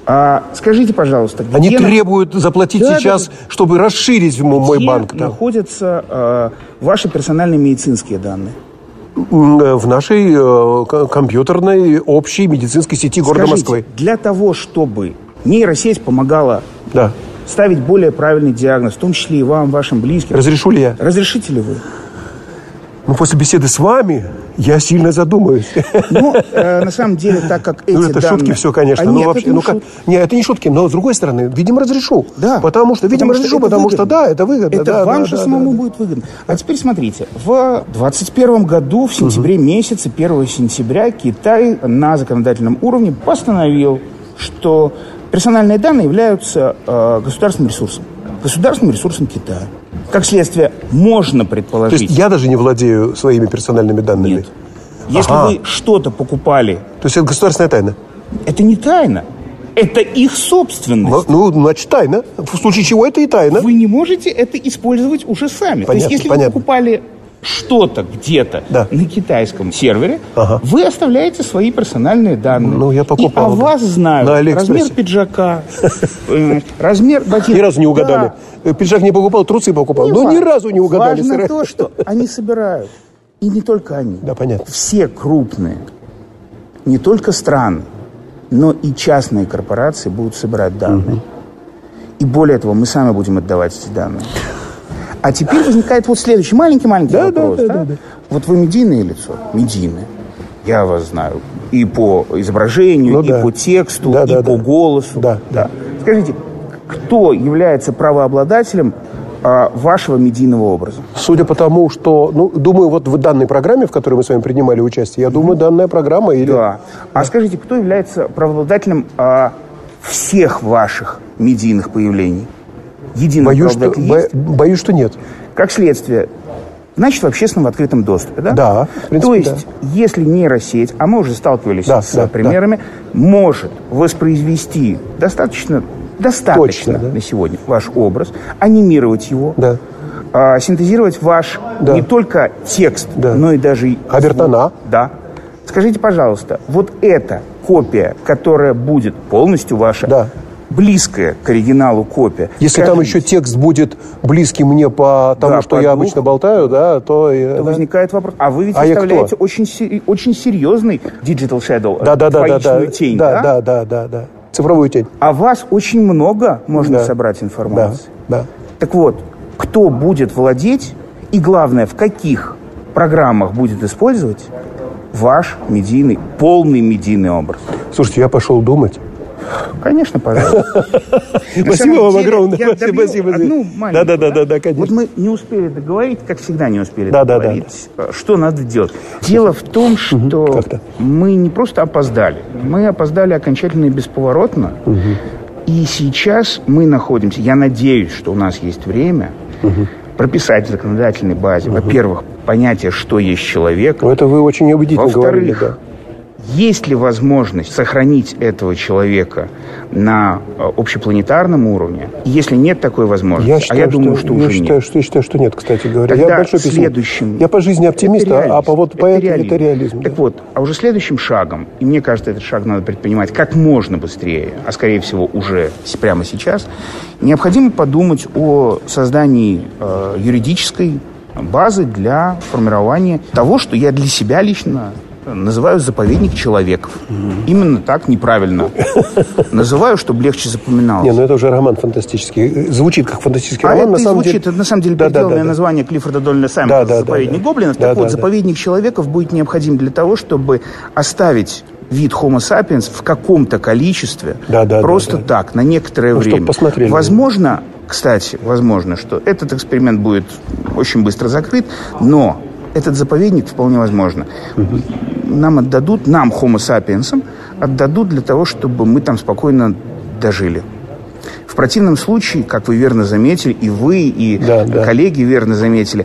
А скажите, пожалуйста, где... Они требуют заплатить да, сейчас, да, чтобы расширить мой где банк. Где находятся э, ваши персональные медицинские данные? В нашей э, компьютерной общей медицинской сети города Скажите, Москвы. Для того, чтобы нейросеть помогала да. ставить более правильный диагноз, в том числе и вам, вашим близким. Разрешу ли я? Разрешите ли вы? Ну, после беседы с вами я сильно задумаюсь. Ну, э, на самом деле, так как эти ну, это данные... шутки все, конечно. А ну, нет, вообще, это ну, как... Нет, это не шутки, но, с другой стороны, видимо, разрешу. Да. Потому что, видимо, потому разрешу, что потому выгодно. что, да, это выгодно. Это да, вам да, же да, самому да, будет выгодно. А теперь смотрите. В двадцать первом году, в сентябре угу. месяце, первого сентября, Китай на законодательном уровне постановил, что персональные данные являются э, государственным ресурсом. Государственным ресурсом Китая. Как следствие, можно предположить... То есть я даже не владею своими персональными данными? Нет. Если ага. вы что-то покупали... То есть это государственная тайна? Это не тайна. Это их собственность. Ну, ну, значит, тайна. В случае чего это и тайна. Вы не можете это использовать уже сами. Понятно, То есть если понятно. вы покупали что-то где-то да. на китайском сервере, ага. вы оставляете свои персональные данные. Ну, я покупал. И о вас знают размер пиджака, размер ботинок. Ни разу не угадали. Да. Пиджак не покупал, трусы покупал. Но ни разу не угадали. Важно то, что они собирают. И не только они. Да, понятно. Все крупные, не только страны, но и частные корпорации будут собирать данные. Угу. И более того, мы сами будем отдавать эти данные. А теперь возникает вот следующий маленький-маленький да, вопрос. Да, да, да? Да, да. Вот вы медийное лицо? Медийное. Я вас знаю. И по изображению, ну, и да. по тексту, да, и да, по да. голосу. Да, да. Скажите, кто является правообладателем а, вашего медийного образа? Судя по тому, что... Ну, думаю, вот в данной программе, в которой мы с вами принимали участие, я mm-hmm. думаю, данная программа или... Да. А скажите, кто является правообладателем а, всех ваших медийных появлений? Боюсь что, бо, боюсь, что нет. Как следствие, значит, в общественном, в открытом доступе, да? Да. В принципе, То есть, да. если нейросеть, а мы уже сталкивались да, с да, примерами, да. может воспроизвести достаточно, достаточно Точно, да. на сегодня ваш образ, анимировать его, да. а, синтезировать ваш да. не только текст, да. но и даже... Обертона. Да. Скажите, пожалуйста, вот эта копия, которая будет полностью ваша... Да. близкая к оригиналу копия. Если Скажите, там еще текст будет близкий мне по тому, да, что по я двух, обычно болтаю, да, то... то да. возникает вопрос. А вы ведь а выставляете очень, очень серьезный digital shadow, да, да, да, двоичную да, тень, да? Да, да, да, да, да. Цифровую тень. А вас очень много можно да. собрать информации. Да, да. Так вот, кто будет владеть и, главное, в каких программах будет использовать ваш медийный, полный медийный образ? Слушайте, я пошел думать. Конечно, пожалуйста. Спасибо вам огромное. Спасибо, спасибо. Да, да, да, да, конечно. Вот мы не успели договорить, как всегда не успели да, договорить, да, да. что надо делать. Дело в том, что угу, мы не просто опоздали, мы опоздали окончательно и бесповоротно. Угу. И сейчас мы находимся, я надеюсь, что у нас есть время угу. прописать в законодательной базе, угу. во-первых, понятие, что есть человек. Это вы очень убедительно говорили, да. Есть ли возможность сохранить этого человека на общепланетарном уровне? Если нет такой возможности, я считаю, а я думаю, что, что я уже считаю, нет. Что, я считаю, что нет, кстати говоря. Тогда я большой следующим... Я по жизни оптимист, а по вот по это, это реализм. Так да. вот, а уже следующим шагом, и мне кажется, этот шаг надо предпринимать как можно быстрее, а скорее всего уже прямо сейчас, необходимо подумать о создании э, юридической базы для формирования того, что я для себя лично называю заповедник человеков. Mm-hmm. Именно так неправильно. Называю, чтобы легче запоминалось. Не, ну это уже роман фантастический. Звучит как фантастический а роман. Это на самом звучит, деле... это на самом деле да, переделанное да, да, название да. Клиффорда Дональда Саймонса да, да, «Заповедник да, да. гоблинов». Да, так да, вот, да. заповедник человеков будет необходим для того, чтобы оставить вид Homo sapiens в каком-то количестве да, да, просто да, да. так, на некоторое ну, время. Посмотрели. Возможно, кстати, возможно, что этот эксперимент будет очень быстро закрыт, но этот заповедник вполне возможно. Угу. Нам отдадут, нам, Homo sapiens, отдадут для того, чтобы мы там спокойно дожили. В противном случае, как вы верно заметили, и вы, и да, да. коллеги верно заметили,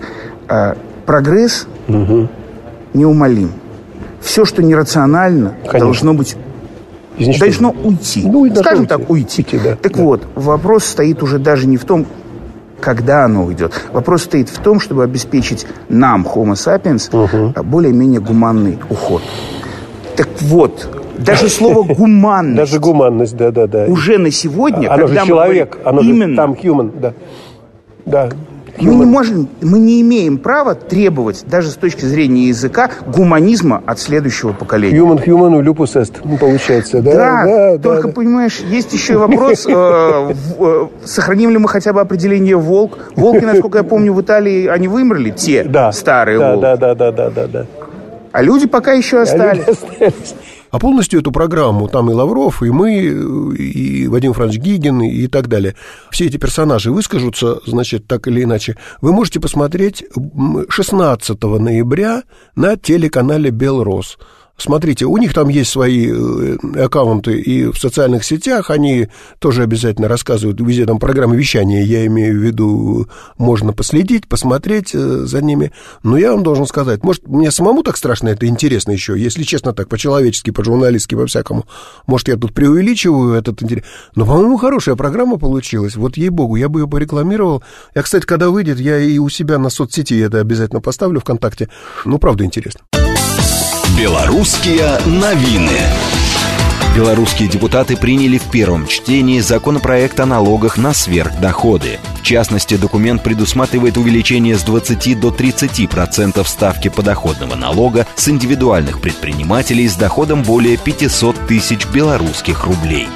прогресс угу. неумолим. Все, что нерационально, Конечно. должно быть должно уйти. Ну, Скажем уйти. так, уйти. уйти да, так да. вот, вопрос стоит уже даже не в том, когда оно уйдет. Вопрос стоит в том, чтобы обеспечить нам, Homo sapiens, угу. более-менее гуманный уход. Так вот, Даже слово «гуманность». Даже гуманность, да-да-да. Уже на сегодня, оно когда же человек, мы оно именно... же там human, да. Да. Мы не можем, мы не имеем права требовать, даже с точки зрения языка, гуманизма от следующего поколения. Human human lupus est, получается, да? Да, да только, да, понимаешь, есть еще и вопрос, э, э, сохраним ли мы хотя бы определение «волк». Волки, насколько я помню, в Италии, они вымерли, те да, старые да, волки. Да, да, да, да, да, да. А люди пока еще остались. А полностью эту программу, там и Лавров, и мы, и Вадим Францович Гигин, и так далее, все эти персонажи выскажутся, значит, так или иначе. Вы можете посмотреть шестнадцатого ноября на телеканале «Белрос». Смотрите, у них там есть свои аккаунты и в социальных сетях, они тоже обязательно рассказывают, везде там программы вещания, я имею в виду, можно последить, посмотреть за ними. Но я вам должен сказать, может, мне самому так страшно это интересно еще, если честно так, по-человечески, по-журналистски, по-всякому. Может, я тут преувеличиваю этот интерес. Но, по-моему, хорошая программа получилась. Вот, ей-богу, я бы ее порекламировал. Я, кстати, когда выйдет, я и у себя на соцсети это обязательно поставлю ВКонтакте. Ну, правда, интересно. Белорусские новины. Белорусские депутаты приняли в первом чтении законопроект о налогах на сверхдоходы. В частности, документ предусматривает увеличение с двадцати до тридцати процентов ставки подоходного налога с индивидуальных предпринимателей с доходом более пятисот тысяч белорусских рублей.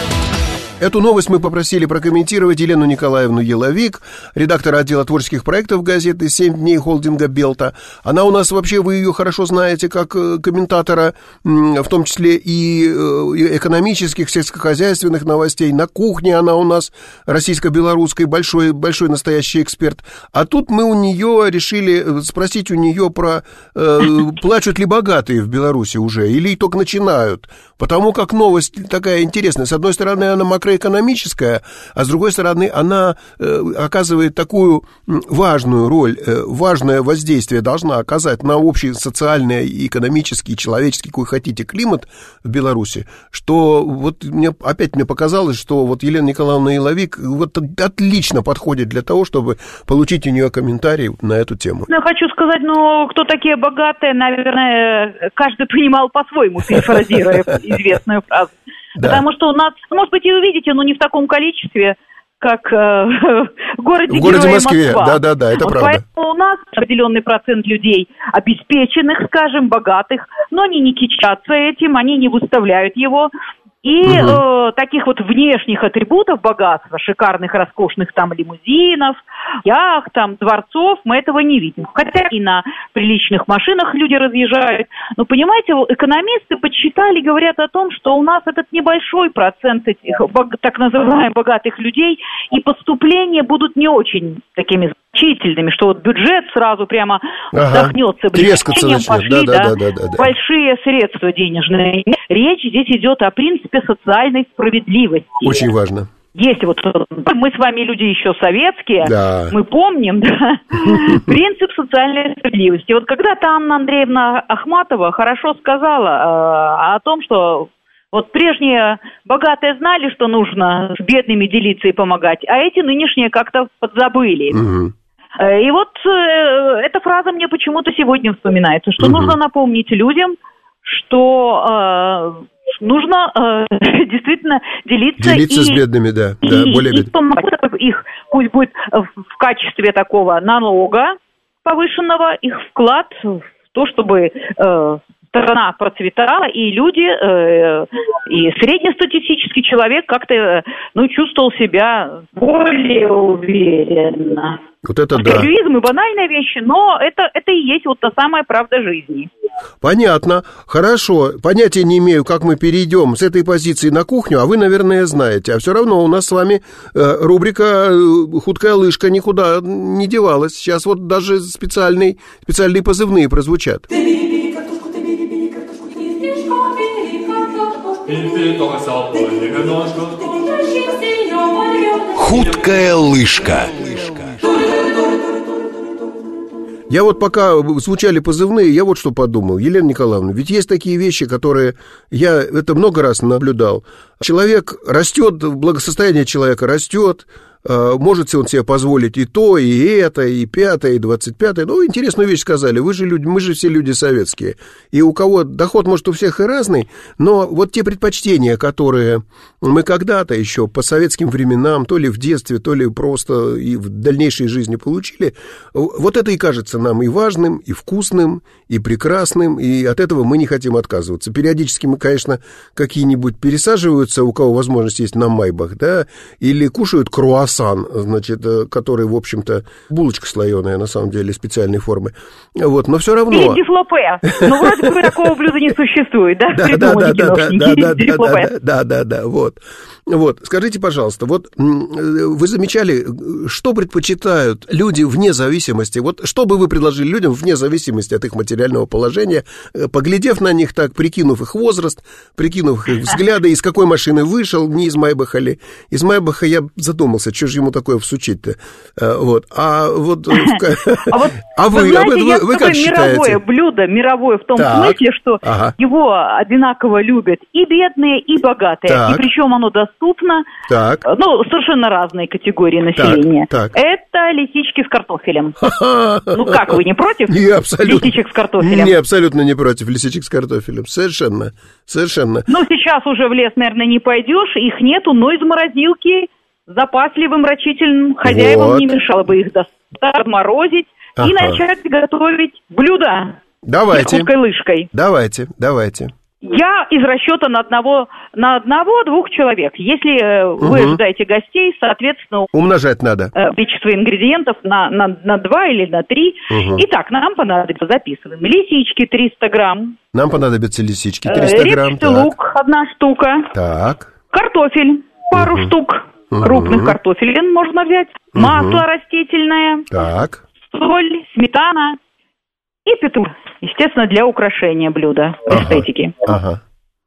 Эту новость мы попросили прокомментировать Елену Николаевну Еловик, редактора отдела творческих проектов газеты «Семь дней» холдинга «Белта». Она у нас вообще, вы ее хорошо знаете, как комментатора, в том числе и экономических, сельскохозяйственных новостей. На кухне она у нас российско-белорусской, большой, большой настоящий эксперт. А тут мы у нее решили спросить у нее про э, плачут ли богатые в Беларуси уже, или только начинают. Потому как новость такая интересная. С одной стороны, она макроэкономическая, а с другой стороны, она э, оказывает такую важную роль, э, важное воздействие должна оказать на общий социальный, экономический, человеческий, какой хотите, климат в Беларуси, что вот мне, опять мне показалось, что вот Елена Николаевна Еловик вот отлично подходит для того, чтобы получить у нее комментарий на эту тему. Я хочу сказать, ну, кто такие богатые, наверное, каждый понимал по-своему, перефразируя известную фразу. Да. Потому что у нас, может быть, и увидите, но не в таком количестве, как э, в городе, в городе Москве. Да-да-да, это вот правда. Поэтому у нас определенный процент людей обеспеченных, скажем, богатых, но они не кичатся этим, они не выставляют его. И угу. э, таких вот внешних атрибутов богатства, шикарных, роскошных там лимузинов, яхт, там, дворцов, мы этого не видим. Хотя и на приличных машинах люди разъезжают. Но, понимаете, экономисты подсчитали, говорят о том, что у нас этот небольшой процент этих так называемых богатых людей, и поступления будут не очень такими значительными, что вот бюджет сразу прямо ага. вдохнется. Трескаться начнет, пошли, да, да, да, да, да, да. большие средства денежные. Речь здесь идет о принципе социальной справедливости. Очень важно. Есть вот, мы с вами люди еще советские, да. мы помним, да, принцип социальной справедливости. Вот когда-то Анна Андреевна Ахматова хорошо сказала э, о том, что вот прежние богатые знали, что нужно с бедными делиться и помогать, а эти нынешние как-то подзабыли. Угу. И вот э, эта фраза мне почему-то сегодня вспоминается, что угу. нужно напомнить людям, что э, нужно э, действительно делиться, делиться и, с бедными, да, и, да более и бедными. помогать их, пусть будет в качестве такого налога повышенного, их вклад в то, чтобы э, страна процветала, и люди, э, и среднестатистический человек как-то, ну, чувствовал себя более уверенно. Вот это да. Альтруизм и банальные вещи, но это, это и есть вот та самая правда жизни. Понятно. Хорошо. Понятия не имею, как мы перейдем с этой позиции на кухню, а вы, наверное, знаете. А все равно у нас с вами э, рубрика «Хуткая лыжка» никуда не девалась. Сейчас вот даже специальные, специальные позывные прозвучат. Хуткая лыжка. Я вот пока звучали позывные, я вот что подумал. Елена Николаевна, ведь есть такие вещи, которые я это много раз наблюдал. Человек растет, благосостояние человека растет, может он себе позволить и то, и это, и пятое, и двадцать пятое. Ну, интересную вещь сказали. Вы же люди, мы же все люди советские. И у кого доход, может, у всех и разный, но вот те предпочтения, которые мы когда-то еще по советским временам, то ли в детстве, то ли просто и в дальнейшей жизни получили, вот это и кажется нам и важным, и вкусным, и прекрасным, и от этого мы не хотим отказываться. Периодически мы, конечно, какие-нибудь пересаживаются, у кого возможность есть, на Майбах, да, или кушают круассан, значит, который, в общем-то, булочка слоеная, на самом деле, специальной формы. Вот, но все равно... Или дифлопе. Ну, вроде бы такого блюда не существует, да? Да, да, да, да, да, да, да, да, да, вот. Вот, скажите, пожалуйста, вот вы замечали, что предпочитают люди вне зависимости, вот что бы вы предложили людям вне зависимости от их материального положения, поглядев на них так, прикинув их возраст, прикинув их взгляды, из какой машины вышел, не из Майбаха ли, из Майбаха я задумался, что же ему такое всучить-то, вот, а вот... А вы, вы как считаете? Мировое блюдо, мировое в том смысле, что его одинаково любят и бедные, и богатые, и причем оно доступно. Так. Ну, совершенно разные категории населения. Так, так. Это лисички с картофелем. Ну, как, вы не против не, абсолютно, лисичек с картофелем? Не, абсолютно не против лисичек с картофелем. Совершенно, совершенно. Ну, сейчас уже в лес, наверное, не пойдешь, их нету, но из морозилки запасливым рачительным хозяевам вот. Не мешало бы их разморозить ага. и начать готовить блюда. Давайте. С русской лыжкой. Давайте, давайте. Я из расчета на одного, на одного-двух человек. Если э, угу. вы ожидаете гостей, соответственно... Умножать надо. Э, количество ингредиентов на, на, на два или на три. Угу. Итак, нам понадобится, записываем, лисички триста грамм. Нам понадобятся лисички триста грамм. Репчатый лук одна штука. Так. Картофель пару угу. штук. Угу. Крупных картофелин можно взять. Угу. Масло растительное. Так. Соль, сметана. И петрушка, естественно, для украшения блюда, ага, эстетики. Ага.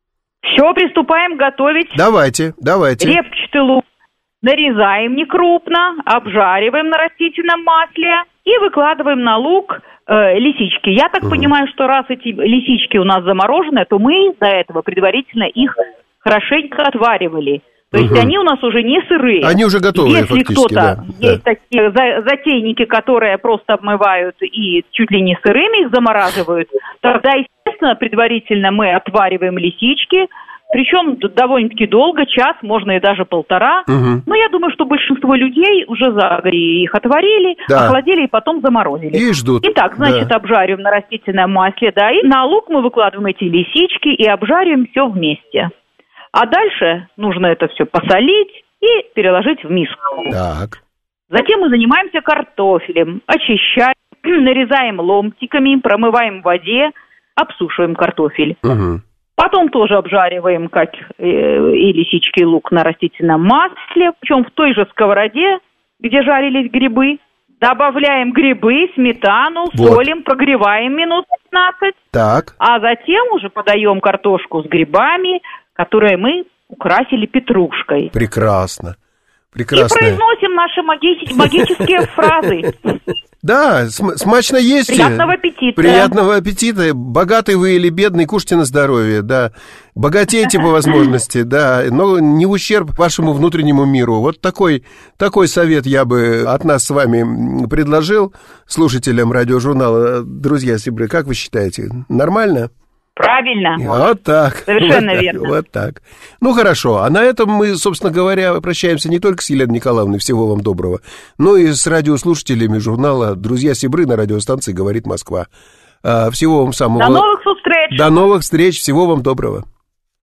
Все, приступаем готовить. Давайте, давайте. Репчатый лук нарезаем некрупно, обжариваем на растительном масле и выкладываем на лук э, лисички. Я так угу. понимаю, что раз эти лисички у нас заморожены, то мы до этого предварительно их хорошенько отваривали. То есть угу. они у нас уже не сырые. Они уже готовые. Если фактически, кто-то, да, есть да. такие затейники, которые просто обмывают и чуть ли не сырыми их замораживают, тогда, естественно, предварительно мы отвариваем лисички, причем довольно-таки долго, час, можно и даже полтора. Угу. Но я думаю, что большинство людей уже за год их отварили, да. охладили и потом заморозили. И ждут. Итак, значит, да. обжариваем на растительном масле, да, и на лук мы выкладываем эти лисички и обжариваем все вместе. А дальше нужно это все посолить и переложить в миску. Так. Затем мы занимаемся картофелем, очищаем, нарезаем ломтиками, промываем в воде, обсушиваем картофель. Угу. Потом тоже обжариваем, как э, и лисички, и лук на растительном масле, причем в той же сковороде, где жарились грибы. Добавляем грибы, сметану, вот. солим, прогреваем минут пятнадцать. Так. А затем уже подаем картошку с грибами, которые мы украсили петрушкой. Прекрасно. Прекрасно. И произносим наши маги- магические фразы. Да, см- смачно есть. Приятного аппетита. Приятного аппетита. Богатый вы или бедный, кушайте на здоровье, да. Богатейте по возможности, да, но не в ущерб вашему внутреннему миру. Вот такой, такой совет я бы от нас с вами предложил слушателям радиожурнала. Друзья Сибры, как вы считаете, нормально? Правильно. Вот так. Совершенно вот верно. Так, вот так. Ну, хорошо. А на этом мы, собственно говоря, прощаемся не только с Еленой Николаевной, всего вам доброго, но и с радиослушателями журнала «Друзья Сибры» на радиостанции «Говорит Москва». Всего вам самого... До новых встреч. До новых встреч. Всего вам доброго.